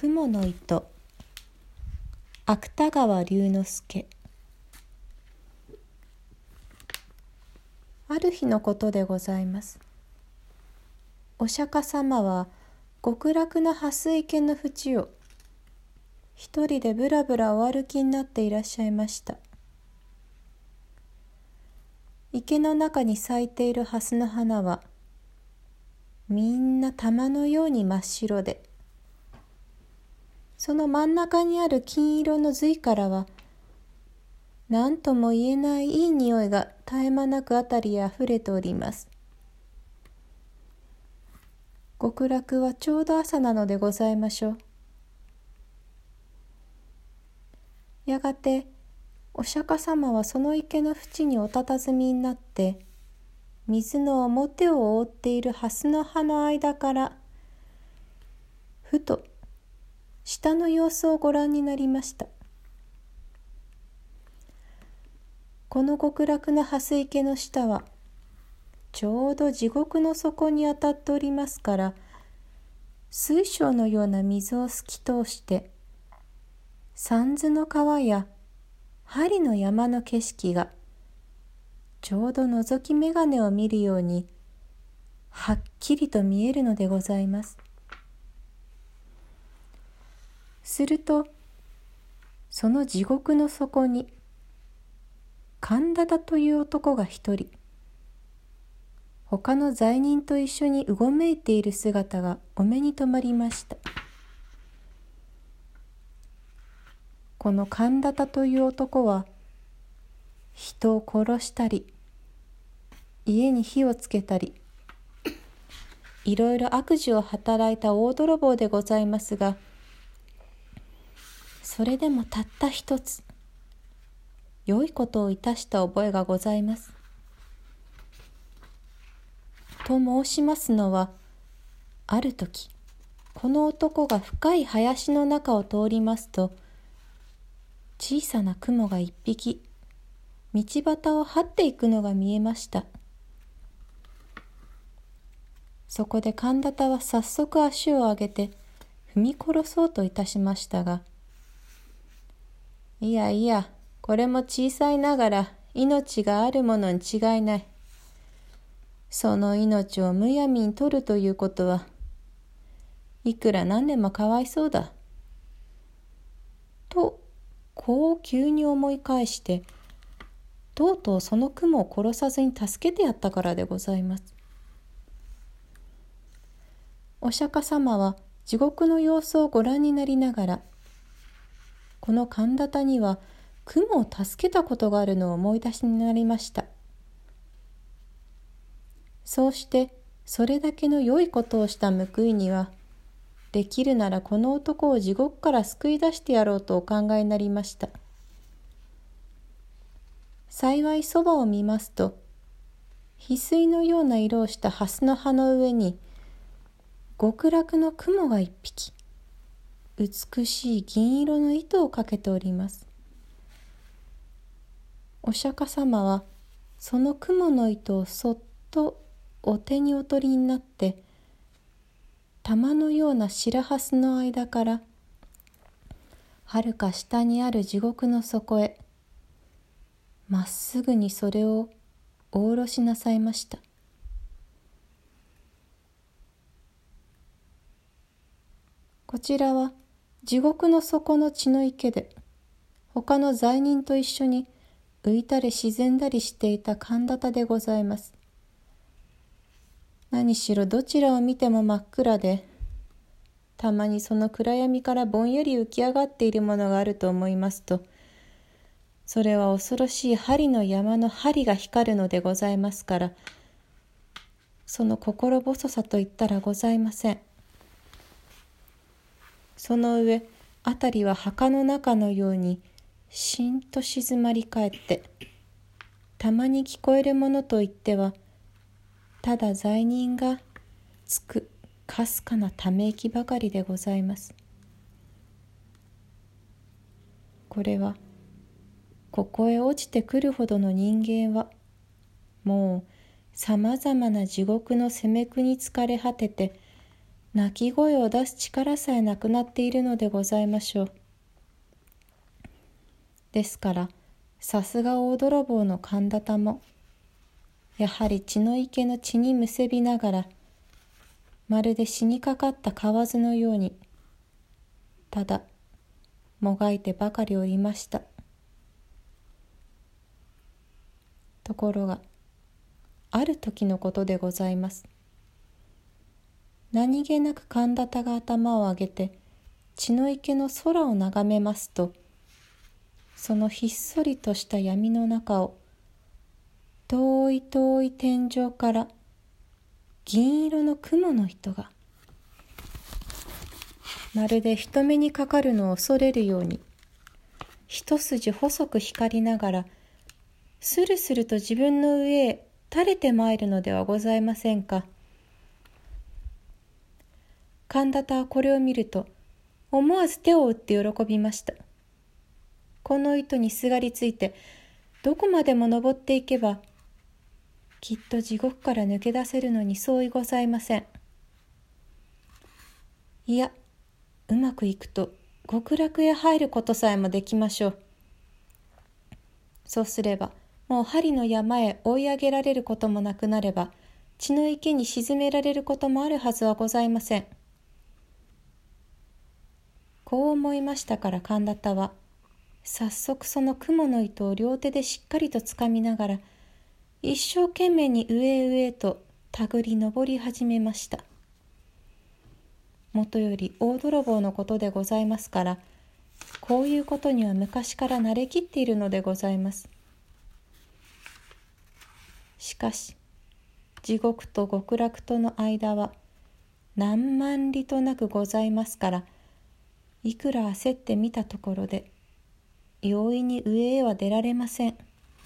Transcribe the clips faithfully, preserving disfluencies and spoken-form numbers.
雲の糸。芥川龍之介。ある日のことでございます。お釈迦様は極楽の蓮池の淵を一人でぶらぶらお歩きになっていらっしゃいました。池の中に咲いている蓮の花はみんな玉のように真っ白で、その真ん中にある金色の髄からは何とも言えないいい匂いが絶え間なくあたりへあふれております。極楽はちょうど朝なのでございましょう。やがてお釈迦様はその池の縁にお佇みになって、水の表を覆っている蓮の葉の間からふと下の様子をご覧になりました。この極楽の蓮池の下はちょうど地獄の底にあたっておりますから、水晶のような水を透き通して三途の川や針の山の景色がちょうど覗き眼鏡を見るようにはっきりと見えるのでございます。するとその地獄の底に神田田という男が一人、他の罪人と一緒にうごめいている姿がお目に留まりました。この神田田という男は人を殺したり家に火をつけたりいろいろ悪事を働いた大泥棒でございますが、それでもたった一つ良いことをいたした覚えがございます。と申しますのは、ある時この男が深い林の中を通りますと、小さな雲が一匹道端を這っていくのが見えました。そこで神田田は早速足を上げて踏み殺そうといたしましたが、いやいや、これも小さいながら命があるものに違いない。その命をむやみに取るということはいくらなんでもかわいそうだ。とこう急に思い返して、とうとうその雲を殺さずに助けてやったからでございます。お釈迦様は地獄の様子をご覧になりながら、この神田田には雲を助けたことがあるのを思い出しになりました。そうしてそれだけの良いことをした報いには、できるならこの男を地獄から救い出してやろうとお考えになりました。幸いそばを見ますと、翡翠のような色をした蓮の葉の上に極楽の雲が一匹美しい銀色の糸をかけております。お釈迦様はその雲の糸をそっとお手にお取りになって、玉のような白蓮の間からはるか下にある地獄の底へまっすぐにそれをお下ろしなさいました。こちらは地獄の底の血の池で、他の罪人と一緒に浮いたり沈んだりしていた神田田でございます。何しろどちらを見ても真っ暗で、たまにその暗闇からぼんやり浮き上がっているものがあると思いますと、それは恐ろしい針の山の針が光るのでございますから、その心細さといったらございません。その上、あたりは墓の中のようにしんと静まり返って、たまに聞こえるものといっては、ただ罪人がつくかすかなため息ばかりでございます。これはここへ落ちてくるほどの人間はもうさまざまな地獄の責め苦に疲れ果てて、 鳴き声を出す力さえなくなっているのでございましょう。ですから、さすが大泥棒の神田田も、やはり血の池の血にむせびながら、まるで死にかかった蛙のように、ただ、もがいてばかりおりました。ところが、ある時のことでございます。何気なく神田田が頭を上げて、血の池の空を眺めますと、そのひっそりとした闇の中を、遠い遠い天井から銀色の雲の糸が、まるで人目にかかるのを恐れるように、一筋細く光りながら、スルスルと自分の上へ垂れてまいるのではございませんか。神田田はこれを見ると、思わず手を打って喜びました。この糸にすがりついて、どこまでも登っていけば、きっと地獄から抜け出せるのに相違ございません。いや、うまくいくと極楽へ入ることさえもできましょう。そうすれば、もう針の山へ追い上げられることもなくなれば、血の池に沈められることもあるはずはございません。こう思いましたから神田田は、早速その雲の糸を両手でしっかりとつかみながら、一生懸命に上へ上へと手繰り登り始めました。もとより大泥棒のことでございますから、こういうことには昔から慣れきっているのでございます。しかし、地獄と極楽との間は何万里となくございますから、いくら焦ってみたところで、容易に上へは出られません。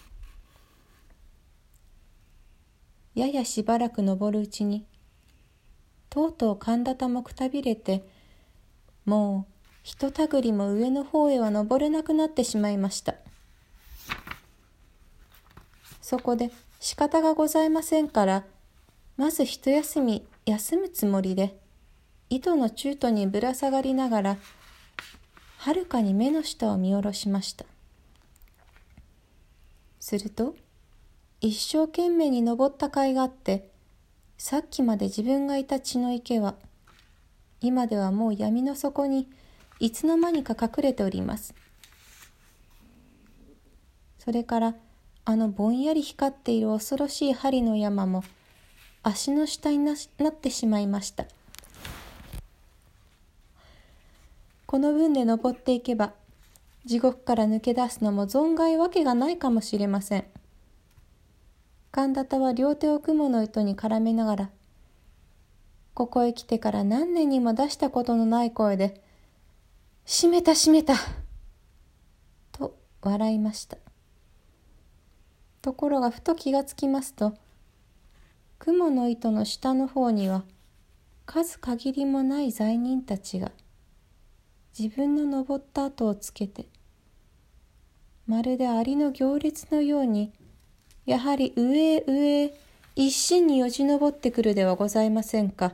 ややしばらく登るうちに、とうとう神田田もくたびれて、もうひとたぐりも上の方へは登れなくなってしまいました。そこで仕方がございませんから、まず一休み休むつもりで、糸の中途にぶら下がりながら、はるかに目の下を見下ろしました。すると、一生懸命に登った甲斐があって、さっきまで自分がいた血の池は、今ではもう闇の底にいつの間にか隠れております。それから、あのぼんやり光っている恐ろしい針の山も、足の下に な, なってしまいました。この分で登っていけば、地獄から抜け出すのも存外わけがないかもしれません。神田田は両手を雲の糸に絡めながら、ここへ来てから何年にも出したことのない声で、閉めた閉めたと笑いました。ところがふと気がつきますと、雲の糸の下の方には、数限りもない罪人たちが、自分の登った跡をつけて、まるでアリの行列のように、やはり上へ上へ一心によじ登ってくるではございませんか。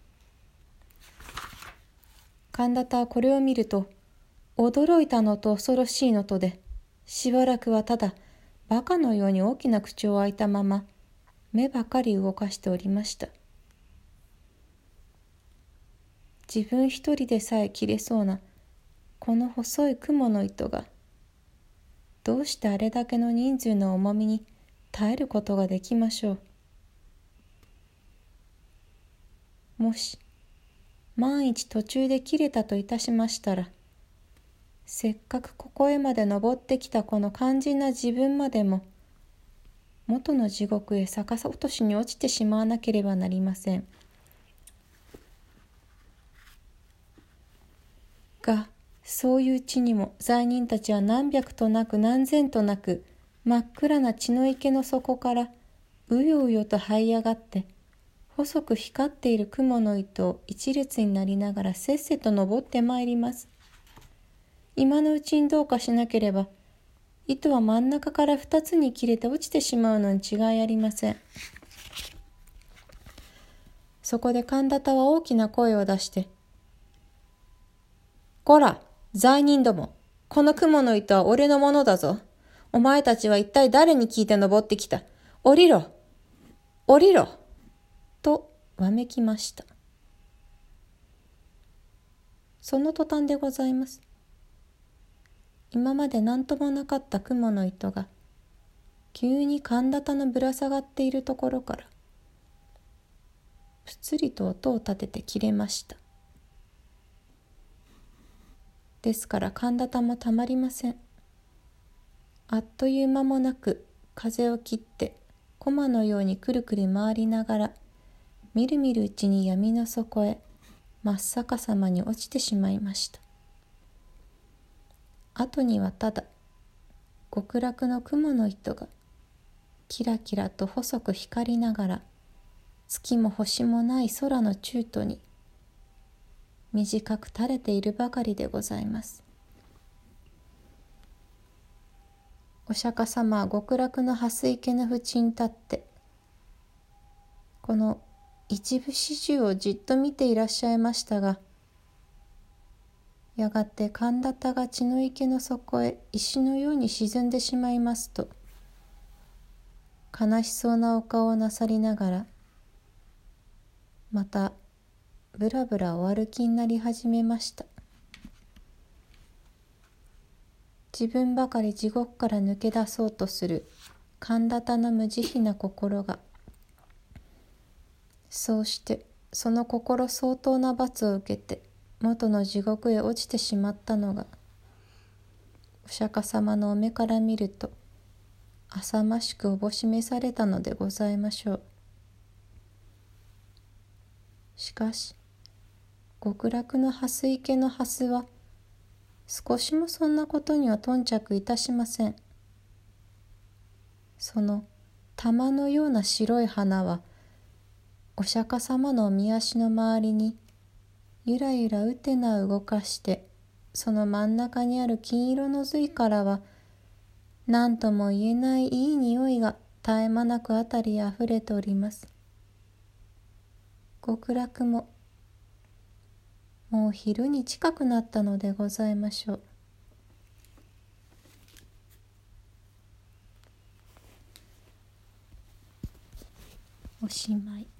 神田田はこれを見ると、驚いたのと恐ろしいのとで、しばらくはただ、バカのように大きな口を開いたまま、目ばかり動かしておりました。自分一人でさえ切れそうな、この細い雲の糸が、どうしてあれだけの人数の重みに耐えることができましょう。もし、万一途中で切れたといたしましたら、せっかくここへまで登ってきたこの肝心な自分までも、元の地獄へ逆さ落としに落ちてしまわなければなりません。が、そういううちにも罪人たちは何百となく何千となく真っ暗な血の池の底からうようよと這い上がって細く光っている雲の糸を一列になりながらせっせと登ってまいります。今のうちにどうかしなければ糸は真ん中から二つに切れて落ちてしまうのに違いありません。 そこで神田田は大きな声を出して、こら、罪人ども、この雲の糸は俺のものだぞ。お前たちは一体誰に聞いて登ってきた。降りろ、降りろ、とわめきました。その途端でございます。今まで何ともなかった雲の糸が、急に神田田のぶら下がっているところから、ぷつりと音を立てて切れました。ですから神田田もたまりません。あっという間もなく風を切って駒のようにくるくる回りながら、みるみるうちに闇の底へ真っ逆さまに落ちてしまいました。後にはただ極楽の雲の糸がキラキラと細く光りながら、月も星もない空の中途に短く垂れているばかりでございます。お釈迦様は極楽の蓮池の淵に立って、この一部始終をじっと見ていらっしゃいましたが、やがて神田田が血の池の底へ石のように沈んでしまいますと、悲しそうなお顔をなさりながら、またぶらぶらお歩きになり始めました。自分ばかり地獄から抜け出そうとする神田田の無慈悲な心が、そうしてその心相当な罰を受けて元の地獄へ落ちてしまったのが、お釈迦様のお目から見ると浅ましくおぼしめされたのでございましょう。しかし極楽の蓮池の蓮は少しもそんなことには頓着いたしません。その玉のような白い花は、お釈迦様のおみ足の周りにゆらゆらうてな動かして、その真ん中にある金色の髄からは何とも言えないいい匂いが絶え間なくあたりへあふれております。極楽ももう昼に近くなったのでございましょう。おしまい。